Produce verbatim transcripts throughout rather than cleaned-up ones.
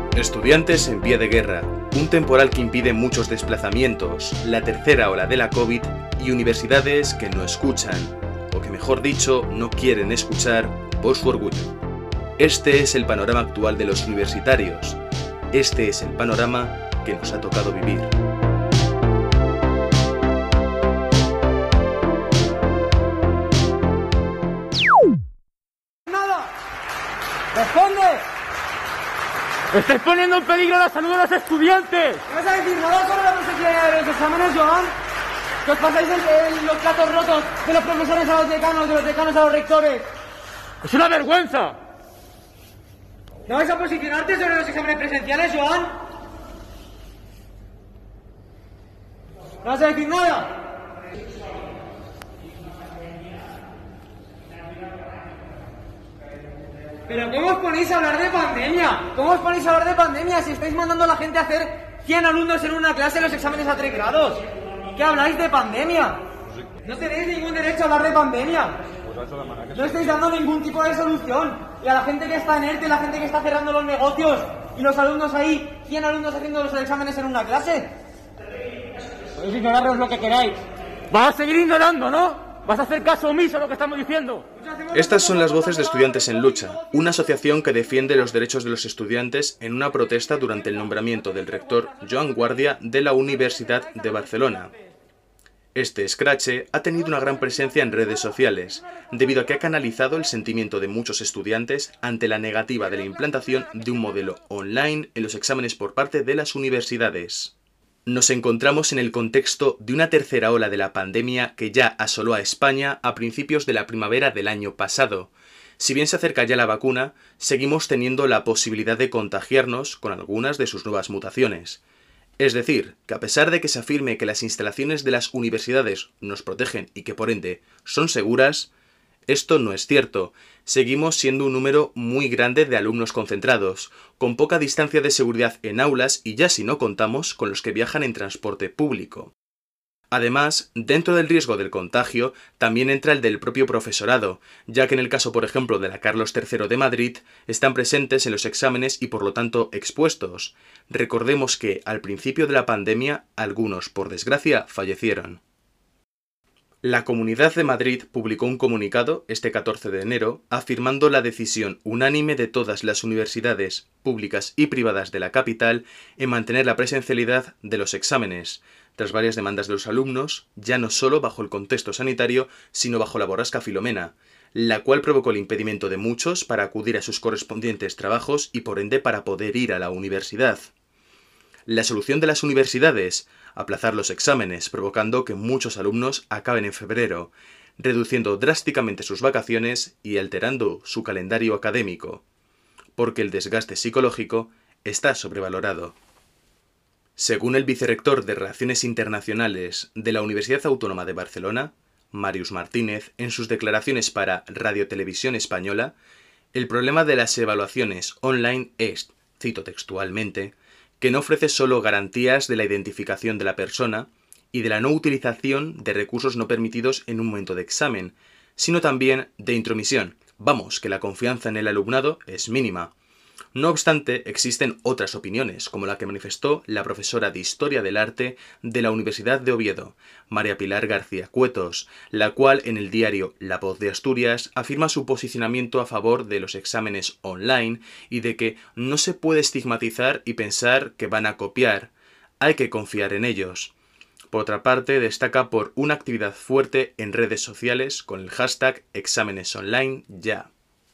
Estudiantes en pie de guerra, un temporal que impide muchos desplazamientos, la tercera ola de la COVID y universidades que no escuchan, o que mejor dicho, no quieren escuchar por su orgullo. Este es el panorama actual de los universitarios. Este es el panorama que nos ha tocado vivir. ¡Nada! ¡Responde! ¡Estáis poniendo en peligro la salud de los estudiantes! ¿No vas a decir nada sobre la presencia de los exámenes, Joan? ¿Que os pasáis el, el, los platos rotos de los profesores a los decanos, de los decanos a los rectores? ¡Es una vergüenza! ¿No vais a posicionarte sobre los exámenes presenciales, Joan? ¿No vas a decir nada? ¿Pero cómo os ponéis a hablar de pandemia? ¿Cómo os ponéis a hablar de pandemia si estáis mandando a la gente a hacer cien alumnos en una clase en los exámenes a tres grados? ¿Qué habláis de pandemia? No tenéis ningún derecho a hablar de pandemia. No estáis dando ningún tipo de solución. Y a la gente que está en ERTE, la gente que está cerrando los negocios y los alumnos ahí, cien alumnos haciendo los exámenes en una clase. Podéis ignoraros lo que queráis. ¡Vas a seguir ignorando, ¿no? ¿Vas a hacer caso omiso a lo que estamos diciendo? Estas son las voces de Estudiantes en Lucha, una asociación que defiende los derechos de los estudiantes en una protesta durante el nombramiento del rector Joan Guardia de la Universidad de Barcelona. Este escrache ha tenido una gran presencia en redes sociales, debido a que ha canalizado el sentimiento de muchos estudiantes ante la negativa de la implantación de un modelo online en los exámenes por parte de las universidades. Nos encontramos en el contexto de una tercera ola de la pandemia que ya asoló a España a principios de la primavera del año pasado. Si bien se acerca ya la vacuna, seguimos teniendo la posibilidad de contagiarnos con algunas de sus nuevas mutaciones. Es decir, que a pesar de que se afirme que las instalaciones de las universidades nos protegen y que por ende son seguras, esto no es cierto. Seguimos siendo un número muy grande de alumnos concentrados, con poca distancia de seguridad en aulas y ya si no contamos con los que viajan en transporte público. Además, dentro del riesgo del contagio, también entra el del propio profesorado, ya que en el caso, por ejemplo, de la Carlos tercero de Madrid, están presentes en los exámenes y por lo tanto expuestos. Recordemos que, al principio de la pandemia, algunos, por desgracia, fallecieron. La Comunidad de Madrid publicó un comunicado este catorce de enero afirmando la decisión unánime de todas las universidades públicas y privadas de la capital en mantener la presencialidad de los exámenes, tras varias demandas de los alumnos, ya no solo bajo el contexto sanitario, sino bajo la borrasca Filomena, la cual provocó el impedimento de muchos para acudir a sus correspondientes trabajos y por ende para poder ir a la universidad. La solución de las universidades: aplazar los exámenes, provocando que muchos alumnos acaben en febrero, reduciendo drásticamente sus vacaciones y alterando su calendario académico, porque el desgaste psicológico está sobrevalorado. Según el vicerrector de Relaciones Internacionales de la Universidad Autónoma de Barcelona, Màrius Martínez, en sus declaraciones para Radio Televisión Española, el problema de las evaluaciones online es, cito textualmente, que no ofrece solo garantías de la identificación de la persona y de la no utilización de recursos no permitidos en un momento de examen, sino también de intromisión. Vamos, que la confianza en el alumnado es mínima. No obstante, existen otras opiniones, como la que manifestó la profesora de Historia del Arte de la Universidad de Oviedo, María Pilar García Cuetos, la cual en el diario La Voz de Asturias afirma su posicionamiento a favor de los exámenes online y de que no se puede estigmatizar y pensar que van a copiar, hay que confiar en ellos. Por otra parte, destaca por una actividad fuerte en redes sociales con el hashtag exámenes online ya.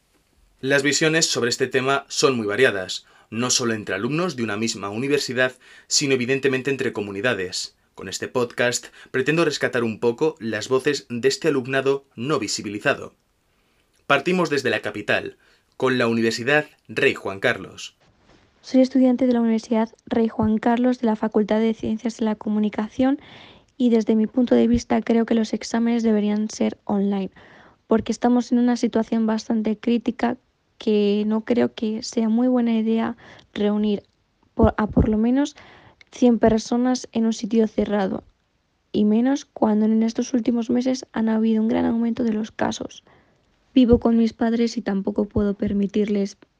Las visiones sobre este tema son muy variadas, no solo entre alumnos de una misma universidad, sino evidentemente entre comunidades. Con este podcast pretendo rescatar un poco las voces de este alumnado no visibilizado. Partimos desde la capital, con la Universidad Rey Juan Carlos. Soy estudiante de la Universidad Rey Juan Carlos de la Facultad de Ciencias de la Comunicación y desde mi punto de vista creo que los exámenes deberían ser online, porque estamos en una situación bastante crítica que no creo que sea muy buena idea reunir por, a por lo menos cien personas en un sitio cerrado, y menos cuando en estos últimos meses han habido un gran aumento de los casos. Vivo con mis padres y tampoco puedo permitirles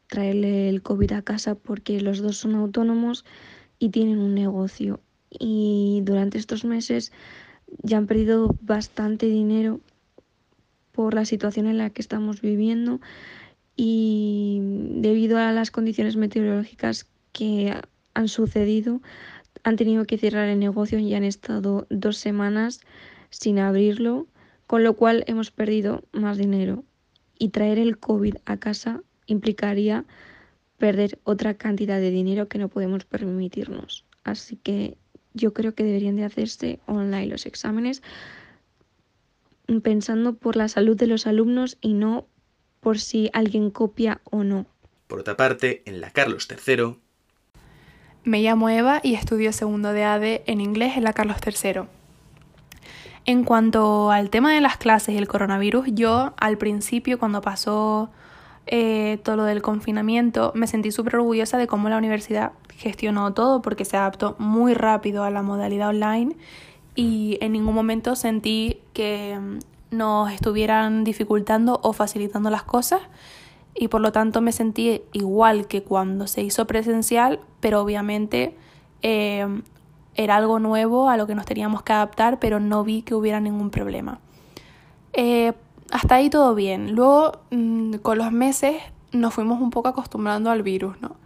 traerle el COVID a casa porque los dos son autónomos y tienen un negocio. Y durante estos meses ya han perdido bastante dinero por la situación en la que estamos viviendo y debido a las condiciones meteorológicas que han sucedido, han tenido que cerrar el negocio y han estado dos semanas sin abrirlo, con lo cual hemos perdido más dinero. Y traer el COVID a casa implicaría perder otra cantidad de dinero que no podemos permitirnos. Así que yo creo que deberían de hacerse online los exámenes, pensando por la salud de los alumnos y no por si alguien copia o no. Por otra parte, en la Carlos tercero... Me llamo Eva y estudio segundo de A D E en inglés en la Carlos tercero. En cuanto al tema de las clases y el coronavirus, yo al principio, cuando pasó eh, todo lo del confinamiento, me sentí súper orgullosa de cómo la universidad gestionó todo, porque se adaptó muy rápido a la modalidad online y en ningún momento sentí que nos estuvieran dificultando o facilitando las cosas, y por lo tanto me sentí igual que cuando se hizo presencial, pero obviamente eh, era algo nuevo a lo que nos teníamos que adaptar, pero no vi que hubiera ningún problema. Eh, hasta ahí todo bien. Luego, mmm, con los meses, nos fuimos un poco acostumbrando al virus, ¿no?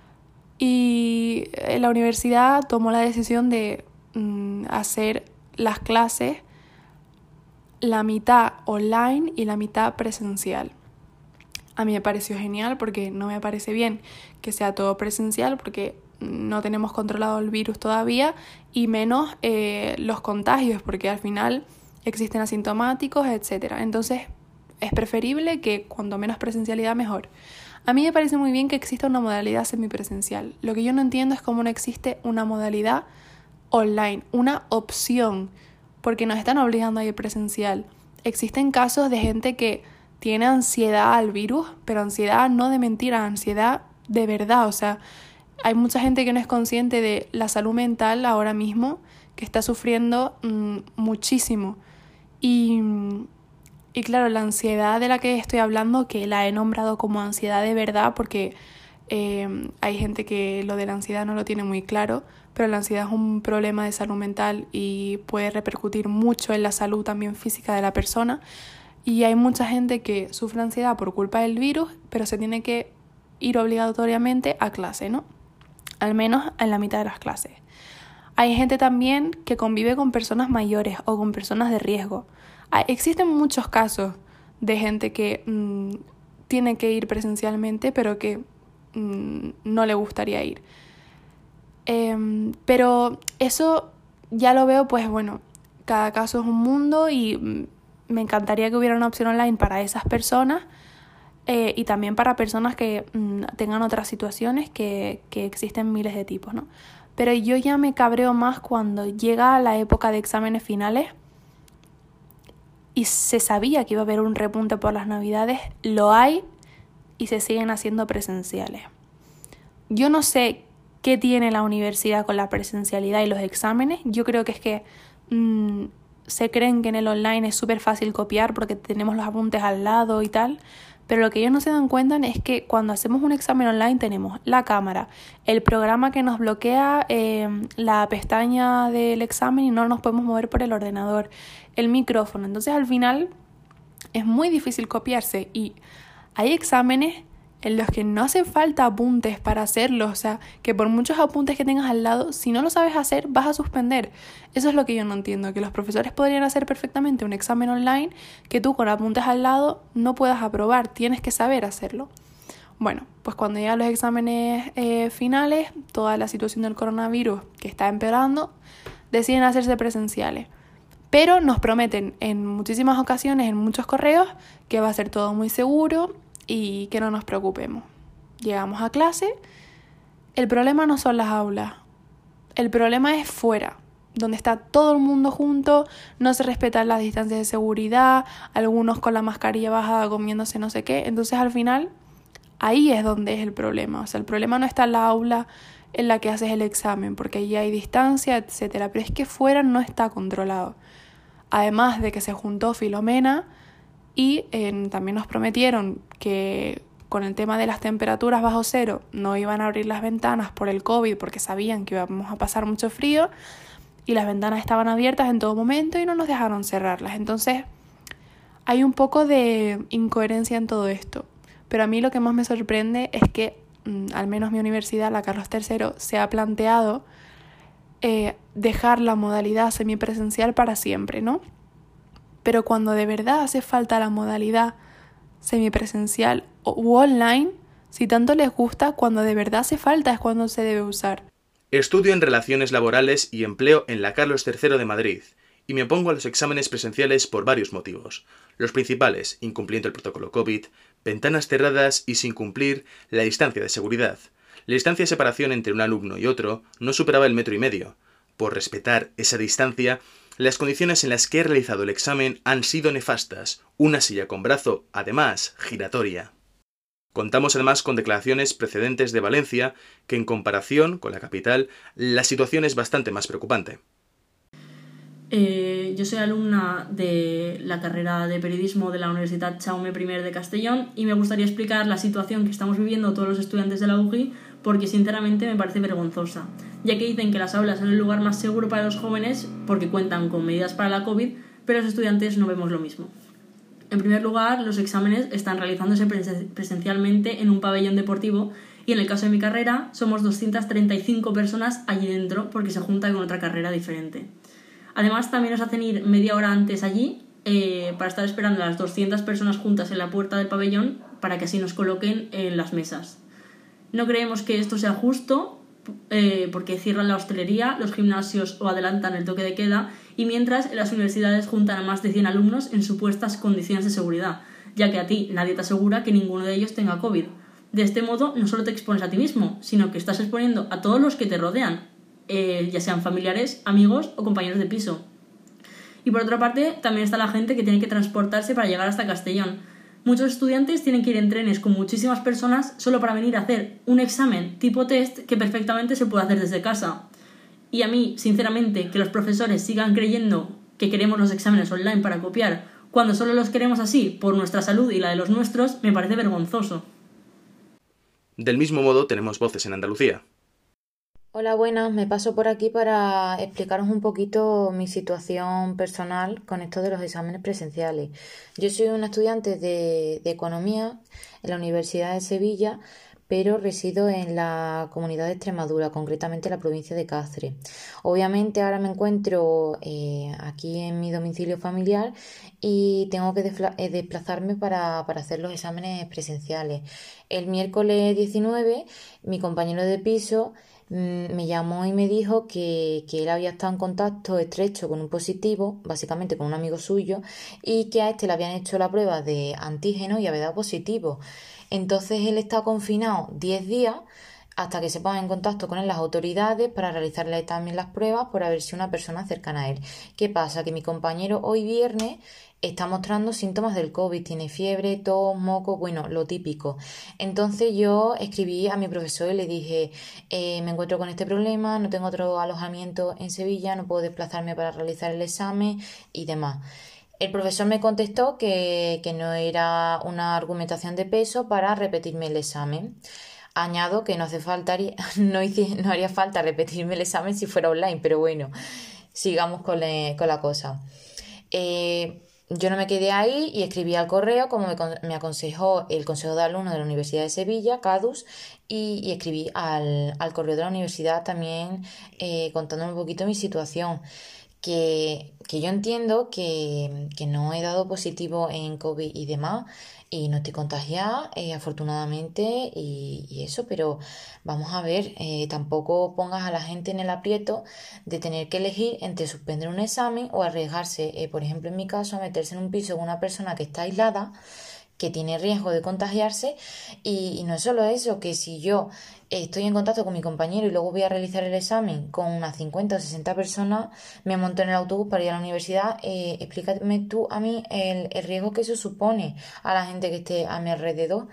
Y la universidad tomó la decisión de mmm, hacer las clases la mitad online y la mitad presencial. A mí me pareció genial porque no me parece bien que sea todo presencial porque no tenemos controlado el virus todavía y menos eh, los contagios, porque al final existen asintomáticos, etcétera. Entonces es preferible que cuanto menos presencialidad mejor. A mí me parece muy bien que exista una modalidad semipresencial. Lo que yo no entiendo es cómo no existe una modalidad online, una opción, porque nos están obligando a ir presencial. Existen casos de gente que tiene ansiedad al virus, pero ansiedad no de mentira, ansiedad de verdad. O sea, hay mucha gente que no es consciente de la salud mental ahora mismo, que está sufriendo mmm, muchísimo. Y, y claro, la ansiedad de la que estoy hablando, que la he nombrado como ansiedad de verdad, porque eh, hay gente que lo de la ansiedad no lo tiene muy claro, pero la ansiedad es un problema de salud mental y puede repercutir mucho en la salud también física de la persona. Y hay mucha gente que sufre ansiedad por culpa del virus, pero se tiene que ir obligatoriamente a clase, ¿no? Al menos en la mitad de las clases. Hay gente también que convive con personas mayores o con personas de riesgo. Hay, existen muchos casos de gente que mmm, tiene que ir presencialmente, pero que mmm, no le gustaría ir. Eh, pero eso ya lo veo, pues bueno, cada caso es un mundo y mmm, me encantaría que hubiera una opción online para esas personas eh, y también para personas que mmm, tengan otras situaciones, que, que existen miles de tipos, ¿no? Pero yo ya me cabreo más cuando llega la época de exámenes finales y se sabía que iba a haber un repunte por las navidades, lo hay y se siguen haciendo presenciales. Yo no sé qué tiene la universidad con la presencialidad y los exámenes. Yo creo que es que mmm, se creen que en el online es súper fácil copiar porque tenemos los apuntes al lado y tal, pero lo que ellos no se dan cuenta es que cuando hacemos un examen online tenemos la cámara, el programa que nos bloquea eh, la pestaña del examen y no nos podemos mover por el ordenador, el micrófono. Entonces al final es muy difícil copiarse y hay exámenes en los que no hacen falta apuntes para hacerlo, o sea, que por muchos apuntes que tengas al lado, si no lo sabes hacer, vas a suspender. Eso es lo que yo no entiendo, que los profesores podrían hacer perfectamente un examen online que tú con apuntes al lado no puedas aprobar, tienes que saber hacerlo. Bueno, pues cuando llegan los exámenes eh, finales, toda la situación del coronavirus que está empeorando, deciden hacerse presenciales. Pero nos prometen en muchísimas ocasiones, en muchos correos, que va a ser todo muy seguro y que no nos preocupemos. Llegamos a clase, el problema no son las aulas, el problema es fuera, donde está todo el mundo junto, no se respetan las distancias de seguridad, algunos con la mascarilla bajada comiéndose no sé qué. Entonces al final ahí es donde es el problema. O sea, el problema no está en la aula en la que haces el examen, porque allí hay distancia, etcétera, pero es que fuera no está controlado. Además de que se juntó Filomena y eh, también nos prometieron que con el tema de las temperaturas bajo cero no iban a abrir las ventanas por el COVID porque sabían que íbamos a pasar mucho frío y las ventanas estaban abiertas en todo momento y no nos dejaron cerrarlas. Entonces hay un poco de incoherencia en todo esto. Pero a mí lo que más me sorprende es que, mmm, al menos mi universidad, la Carlos tercero, se ha planteado eh, dejar la modalidad semipresencial para siempre, ¿no? Pero cuando de verdad hace falta la modalidad semipresencial u online, si tanto les gusta, cuando de verdad hace falta es cuando se debe usar. Estudio en Relaciones Laborales y Empleo en la Carlos tercero de Madrid y me opongo a los exámenes presenciales por varios motivos. Los principales, incumpliendo el protocolo COVID, ventanas cerradas y sin cumplir la distancia de seguridad. La distancia de separación entre un alumno y otro no superaba el metro y medio. Por respetar esa distancia, las condiciones en las que he realizado el examen han sido nefastas. Una silla con brazo, además, giratoria. Contamos además con declaraciones precedentes de Valencia, que en comparación con la capital, la situación es bastante más preocupante. Eh, yo soy alumna de la carrera de periodismo de la Universidad Jaume primero de Castellón y me gustaría explicar la situación que estamos viviendo todos los estudiantes de la U G I porque sinceramente me parece vergonzosa, ya que dicen que las aulas son el lugar más seguro para los jóvenes porque cuentan con medidas para la COVID, pero los estudiantes no vemos lo mismo. En primer lugar, los exámenes están realizándose presencialmente en un pabellón deportivo y en el caso de mi carrera somos doscientas treinta y cinco personas allí dentro porque se junta con otra carrera diferente. Además, también nos hacen ir media hora antes allí eh, para estar esperando a las doscientas personas juntas en la puerta del pabellón para que así nos coloquen en las mesas. No creemos que esto sea justo eh, porque cierran la hostelería, los gimnasios o adelantan el toque de queda y mientras en las universidades juntan a más de cien alumnos en supuestas condiciones de seguridad, ya que a ti nadie te asegura que ninguno de ellos tenga COVID. De este modo, no solo te expones a ti mismo, sino que estás exponiendo a todos los que te rodean, Eh, ya sean familiares, amigos o compañeros de piso. Y por otra parte, también está la gente que tiene que transportarse para llegar hasta Castellón. Muchos estudiantes tienen que ir en trenes con muchísimas personas solo para venir a hacer un examen tipo test que perfectamente se puede hacer desde casa. Y a mí, sinceramente, que los profesores sigan creyendo que queremos los exámenes online para copiar cuando solo los queremos así por nuestra salud y la de los nuestros, me parece vergonzoso. Del mismo modo, tenemos voces en Andalucía. Hola, buenas. Me paso por aquí para explicaros un poquito mi situación personal con esto de los exámenes presenciales. Yo soy una estudiante de, de Economía en la Universidad de Sevilla, pero resido en la Comunidad de Extremadura, concretamente en la provincia de Cáceres. Obviamente ahora me encuentro eh, aquí en mi domicilio familiar y tengo que desplazarme para, para hacer los exámenes presenciales. El miércoles diecinueve, mi compañero de piso me llamó y me dijo que, que él había estado en contacto estrecho con un positivo, básicamente con un amigo suyo, y que a este le habían hecho la prueba de antígeno y había dado positivo. Entonces él está confinado diez días hasta que se pongan en contacto con él las autoridades para realizarle también las pruebas por ver si una persona cercana a él. ¿Qué pasa? Que mi compañero hoy viernes está mostrando síntomas del COVID, tiene fiebre, tos, moco, bueno, lo típico. Entonces yo escribí a mi profesor y le dije, eh, me encuentro con este problema, no tengo otro alojamiento en Sevilla, no puedo desplazarme para realizar el examen y demás. El profesor me contestó que, que no era una argumentación de peso para repetirme el examen. Añado que no hace falta, no, hice, no haría falta repetirme el examen si fuera online, pero bueno, sigamos con, le, con la cosa. Eh, yo no me quedé ahí y escribí al correo como me, me aconsejó el Consejo de Alumnos de la Universidad de Sevilla, CADUS, y, y escribí al, al correo de la universidad también eh, contándome un poquito mi situación. Que, que yo entiendo que, que no he dado positivo en COVID y demás y no estoy contagiada, eh, afortunadamente, y, y eso, pero vamos a ver, eh, tampoco pongas a la gente en el aprieto de tener que elegir entre suspender un examen o arriesgarse, eh, por ejemplo, en mi caso, a meterse en un piso con una persona que está aislada, que tiene riesgo de contagiarse, y, y no es solo eso, que si yo estoy en contacto con mi compañero y luego voy a realizar el examen con unas cincuenta o sesenta personas, me monto en el autobús para ir a la universidad, eh, explícame tú a mí el, el riesgo que eso supone a la gente que esté a mi alrededor.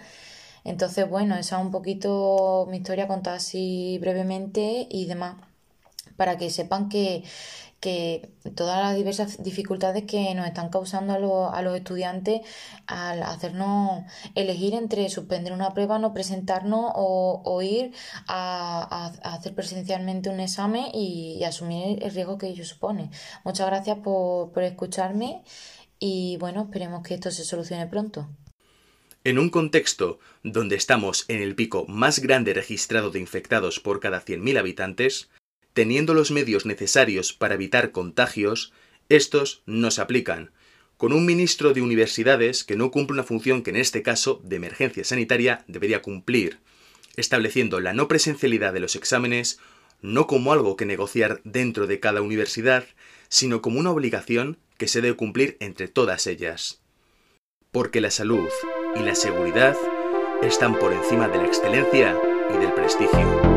Entonces, bueno, esa es un poquito mi historia contada así brevemente y demás. para que sepan que, que todas las diversas dificultades que nos están causando a los, a los estudiantes al hacernos elegir entre suspender una prueba, no presentarnos o, o ir a, a, a hacer presencialmente un examen y, y asumir el riesgo que ello supone. Muchas gracias por, por escucharme y bueno, esperemos que esto se solucione pronto. En un contexto donde estamos en el pico más grande registrado de infectados por cada cien mil habitantes, teniendo los medios necesarios para evitar contagios, estos no se aplican, con un ministro de universidades que no cumple una función que en este caso, de emergencia sanitaria, debería cumplir, estableciendo la no presencialidad de los exámenes no como algo que negociar dentro de cada universidad, sino como una obligación que se debe cumplir entre todas ellas. Porque la salud y la seguridad están por encima de la excelencia y del prestigio.